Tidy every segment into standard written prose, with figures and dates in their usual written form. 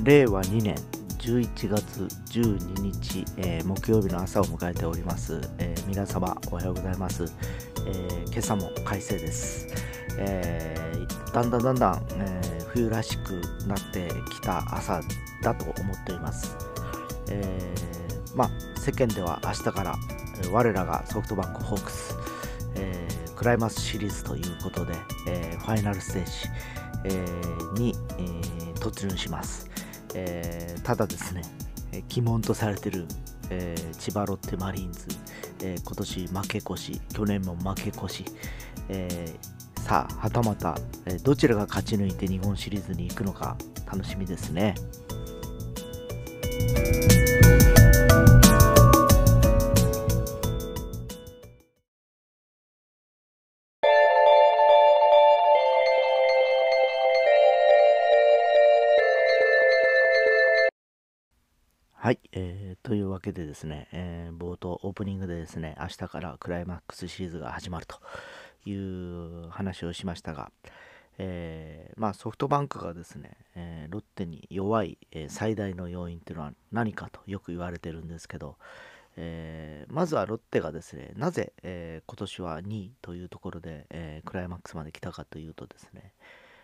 令和2年11月12日、木曜日の朝を迎えております。皆様おはようございます。今朝も快晴です。だんだん、冬らしくなってきた朝だと思っています。世間では明日から我らがソフトバンクホークス、クライマックスシリーズということで、ファイナルステージ、に、突入します。ただですね、鬼門とされている、千葉ロッテマリーンズ、今年負け越し、去年も負け越し、さあはたまた、どちらが勝ち抜いて日本シリーズに行くのか楽しみですね。はい、というわけでですね、冒頭オープニングでですね、明日からクライマックスシリーズが始まるという話をしましたが、ソフトバンクがですね、ロッテに弱い、最大の要因というのは何かとよく言われてるんですけど、まずはロッテがですね、なぜ、今年は2位というところで、クライマックスまで来たかというとですね、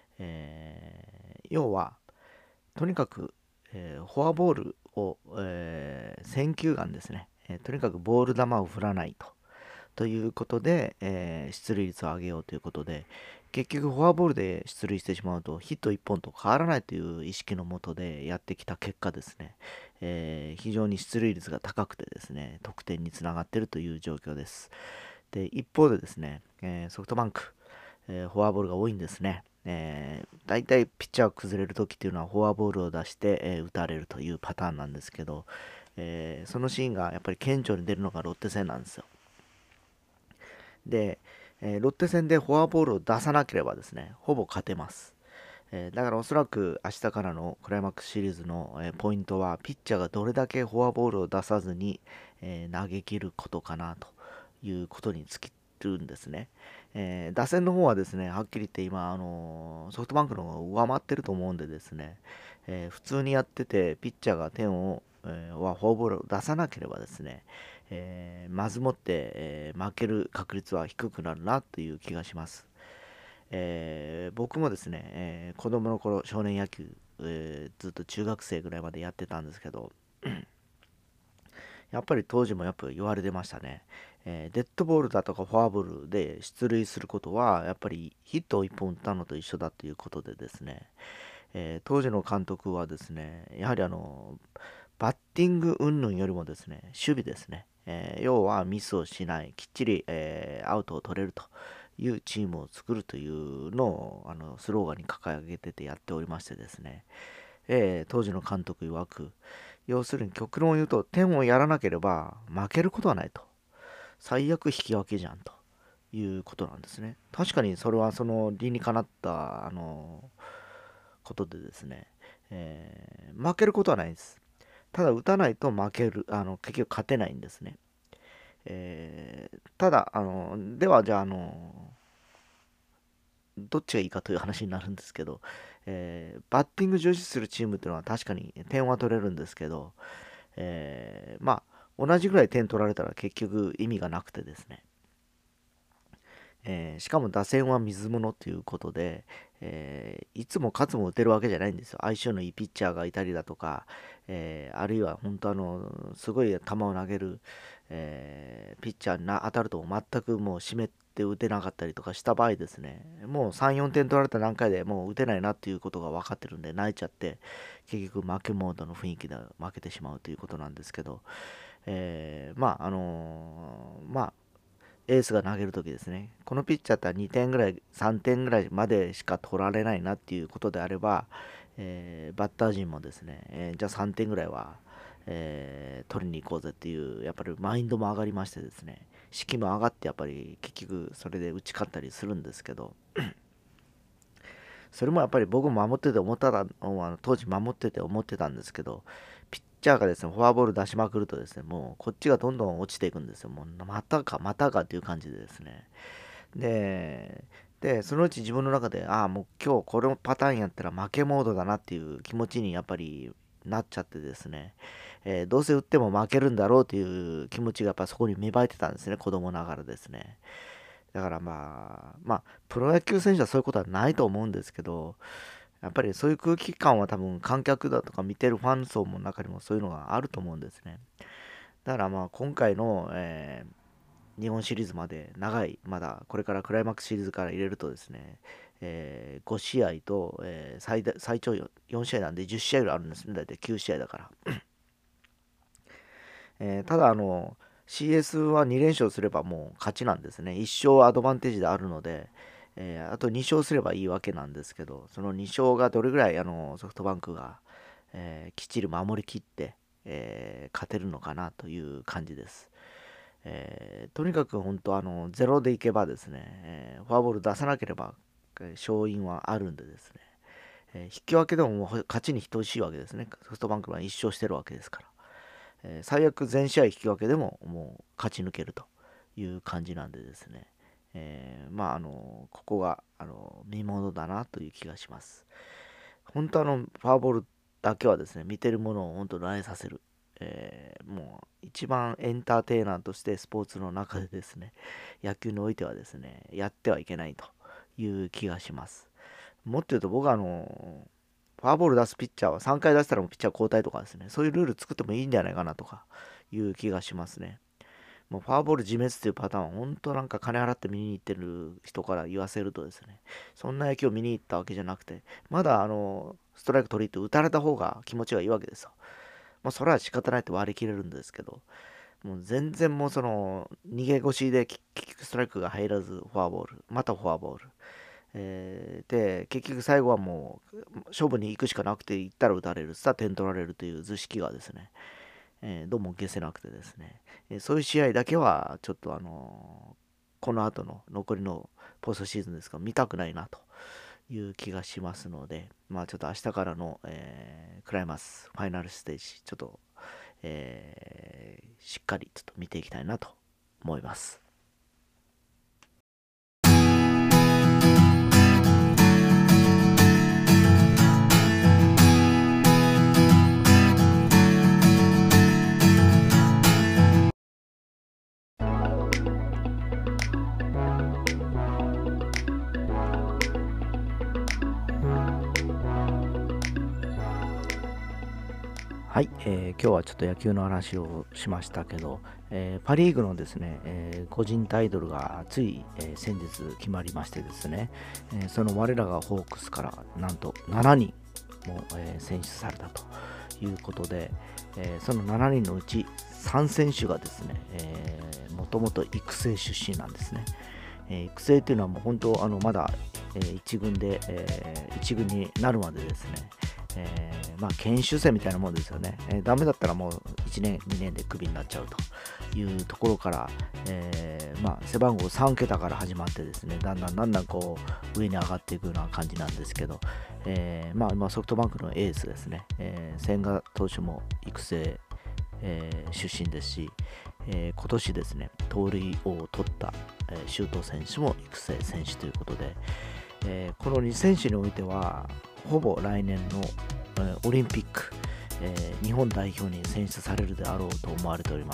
要はとにかくフォアボールを、選球眼ですね、とにかくボール球を振らないということで、出塁率を上げようということで、結局フォアボールで出塁してしまうとヒット1本と変わらないという意識のもとでやってきた結果ですね、非常に出塁率が高くてですね、得点につながっているという状況です。で、一方でですね、ソフトバンク、フォアボールが多いんですね。大体ピッチャーが崩れるときっていうのはフォアボールを出して、打たれるというパターンなんですけど、そのシーンがやっぱり顕著に出るのがロッテ戦なんですよ。で、ロッテ戦でフォアボールを出さなければですね、ほぼ勝てます。だからおそらく明日からのクライマックスシリーズの、ポイントはピッチャーがどれだけフォアボールを出さずに、投げ切ることかなということに尽きるんですね。打線の方はですね、はっきり言って今、ソフトバンクの方が上回ってると思うんでですね、普通にやっててピッチャーが点を、フォアボールを出さなければですね、まずもって、負ける確率は低くなるなという気がします。僕もですね、子供の頃少年野球、ずっと中学生ぐらいまでやってたんですけどやっぱり当時もやっぱ言われてましたね。デッドボールだとかフォアボールで出塁することはやっぱりヒットを1本打ったのと一緒だということでですね、当時の監督はですね、やはりバッティング云々よりもですね、守備ですね、要はミスをしない、きっちり、アウトを取れるというチームを作るというのをスローガンに掲げててやっておりましてですね、当時の監督曰く、要するに極論を言うと点をやらなければ負けることはないと、最悪引き分けじゃんということなんですね。確かにそれはその理にかなったことでですね、負けることはないです。ただ打たないと負ける、結局勝てないんですね。ただではじゃあどっちがいいかという話になるんですけど、バッティング重視するチームっていうのは確かに点は取れるんですけど、同じぐらい点取られたら結局意味がなくてですね、しかも打線は水物ということで、いつも勝つも打てるわけじゃないんですよ。相性のいいピッチャーがいたりだとか、あるいは本当すごい球を投げる、ピッチャーに当たると全くもう湿って打てなかったりとかした場合ですね、もう3、4点取られた段階でもう打てないなっていうことが分かってるんで泣いちゃって、結局負けモードの雰囲気で負けてしまうということなんですけど、エースが投げるときですね、このピッチャーって2点ぐらい、3点ぐらいまでしか取られないなっていうことであれば、バッター陣もですね、じゃあ3点ぐらいは、取りに行こうぜっていう、やっぱりマインドも上がりましてですね、士気も上がって、やっぱり結局それで打ち勝ったりするんですけど、それもやっぱり僕も守ってて思ったのは、当時守ってて思ってたんですけど、ピッチャーがですね、フォアボール出しまくるとですね、もうこっちがどんどん落ちていくんですよ。もうまたかまたかっていう感じでですね。で、 で、そのうち自分の中で、ああ、もう今日このパターンやったら負けモードだなっていう気持ちにやっぱりなっちゃってですね、どうせ打っても負けるんだろうという気持ちがやっぱそこに芽生えてたんですね、子供ながらですね。だからプロ野球選手はそういうことはないと思うんですけど、やっぱりそういう空気感は多分観客だとか見てるファン層の中にもそういうのがあると思うんですね。だから今回の、日本シリーズまで長い、まだこれからクライマックスシリーズから入れるとですね、5試合と、最長4試合なんで10試合ぐらいあるんですね、大体9試合だから。ただCS は2連勝すればもう勝ちなんですね。1勝アドバンテージであるので、あと2勝すればいいわけなんですけど、その2勝がどれぐらいソフトバンクが、きっちり守りきって、勝てるのかなという感じです。とにかく本当ゼロでいけばですね、フォアボール出さなければ、勝因はあるんでですね、引き分けでももう勝ちに等しいわけですね。ソフトバンクは1勝してるわけですから。最悪全試合引き分けでももう勝ち抜けるという感じなんでですね、ここが見ものだなという気がします。本当フォアボールだけはですね、見てるものを本当慣れさせる、もう一番エンターテイナーとしてスポーツの中でですね、野球においてはですね、やってはいけないという気がします。もっと言うと僕はフォアボール出すピッチャーは3回出したらもうピッチャー交代とかですね、そういうルール作ってもいいんじゃないかなとかいう気がしますね。もうフォアボール自滅というパターンは本当なんか金払って見に行ってる人から言わせるとですね、そんな野球を見に行ったわけじゃなくて、まだストライク取りって打たれた方が気持ちがいいわけですよ。それは仕方ないって割り切れるんですけど、もう全然もう逃げ腰で結局ストライクが入らずフォアボール、またフォアボール。で、結局最後はもう勝負に行くしかなくて、行ったら打たれる、さあ点取られるという図式がですね、どうも消せなくてですね、そういう試合だけはちょっとこの後の残りのポストシーズンですが見たくないなという気がしますので、ちょっと明日からの、クライマスファイナルステージちょっと、しっかりちょっと見ていきたいなと思います。はい、今日はちょっと野球の話をしましたけど、パ・リーグのですね、個人タイトルがつい、先日決まりましてですね、その我らがホークスからなんと7人も、選出されたということで、その7人のうち3選手がですね、もともと育成出身なんですね。育成というのはもう本当まだ、1軍で、1軍になるまでですね、研修生みたいなもんですよね。ダメだったらもう1年、2年でクビになっちゃうというところから、背番号3桁から始まってですね、だんだんこう上に上がっていくような感じなんですけど、今ソフトバンクのエースですね、千賀投手も育成、出身ですし、今年ですね、盗塁を取った、周東選手も育成選手ということで、この2選手においてはほぼ来年の、オリンピック、日本代表に選出されるであろうと思われております。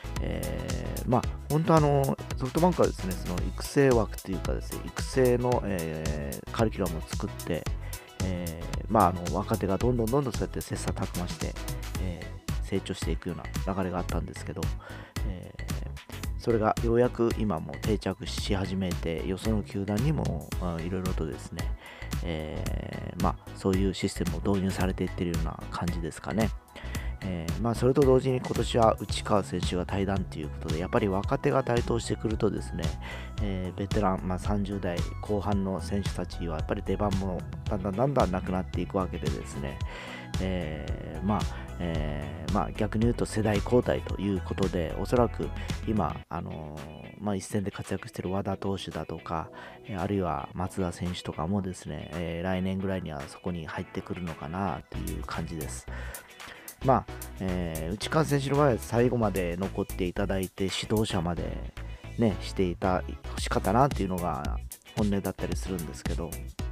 本当ソフトバンクはですね、その育成枠というかですね、育成の、カリキュラムを作って、若手がどんどんそうやって切磋琢磨して、成長していくような流れがあったんですけど、それがようやく今も定着し始めて、よその球団にもいろいろとですね、そういうシステムを導入されていっているような感じですかね。それと同時に今年は内川選手が退団ということで、やっぱり若手が台頭してくるとですね、ベテラン、30代後半の選手たちはやっぱり出番もだんだんなくなっていくわけでですね、逆に言うと世代交代ということで、おそらく今、一戦で活躍している和田投手だとか、あるいは松田選手とかもですね、来年ぐらいにはそこに入ってくるのかなという感じです。内川選手の場合は最後まで残っていただいて、指導者までね、していた欲しかったなっていうのが本音だったりするんですけど、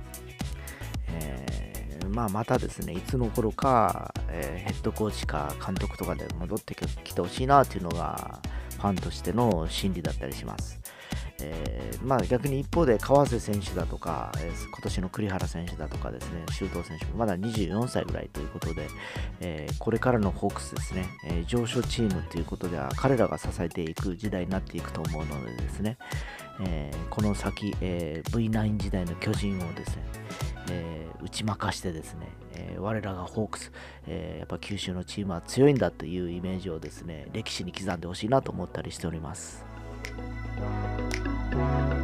またですね、いつの頃か、ヘッドコーチか監督とかで戻ってきてほしいなっていうのが、ファンとしての心理だったりします。逆に一方で川瀬選手だとか、今年の栗原選手だとかですね、周東選手もまだ24歳ぐらいということで、これからのホークスですね、上昇チームということでは彼らが支えていく時代になっていくと思うのでですね、この先、V9 時代の巨人をですね、打ち負かしてですね、我らがホークス、やっぱ九州のチームは強いんだというイメージをですね、歴史に刻んでほしいなと思ったりしております。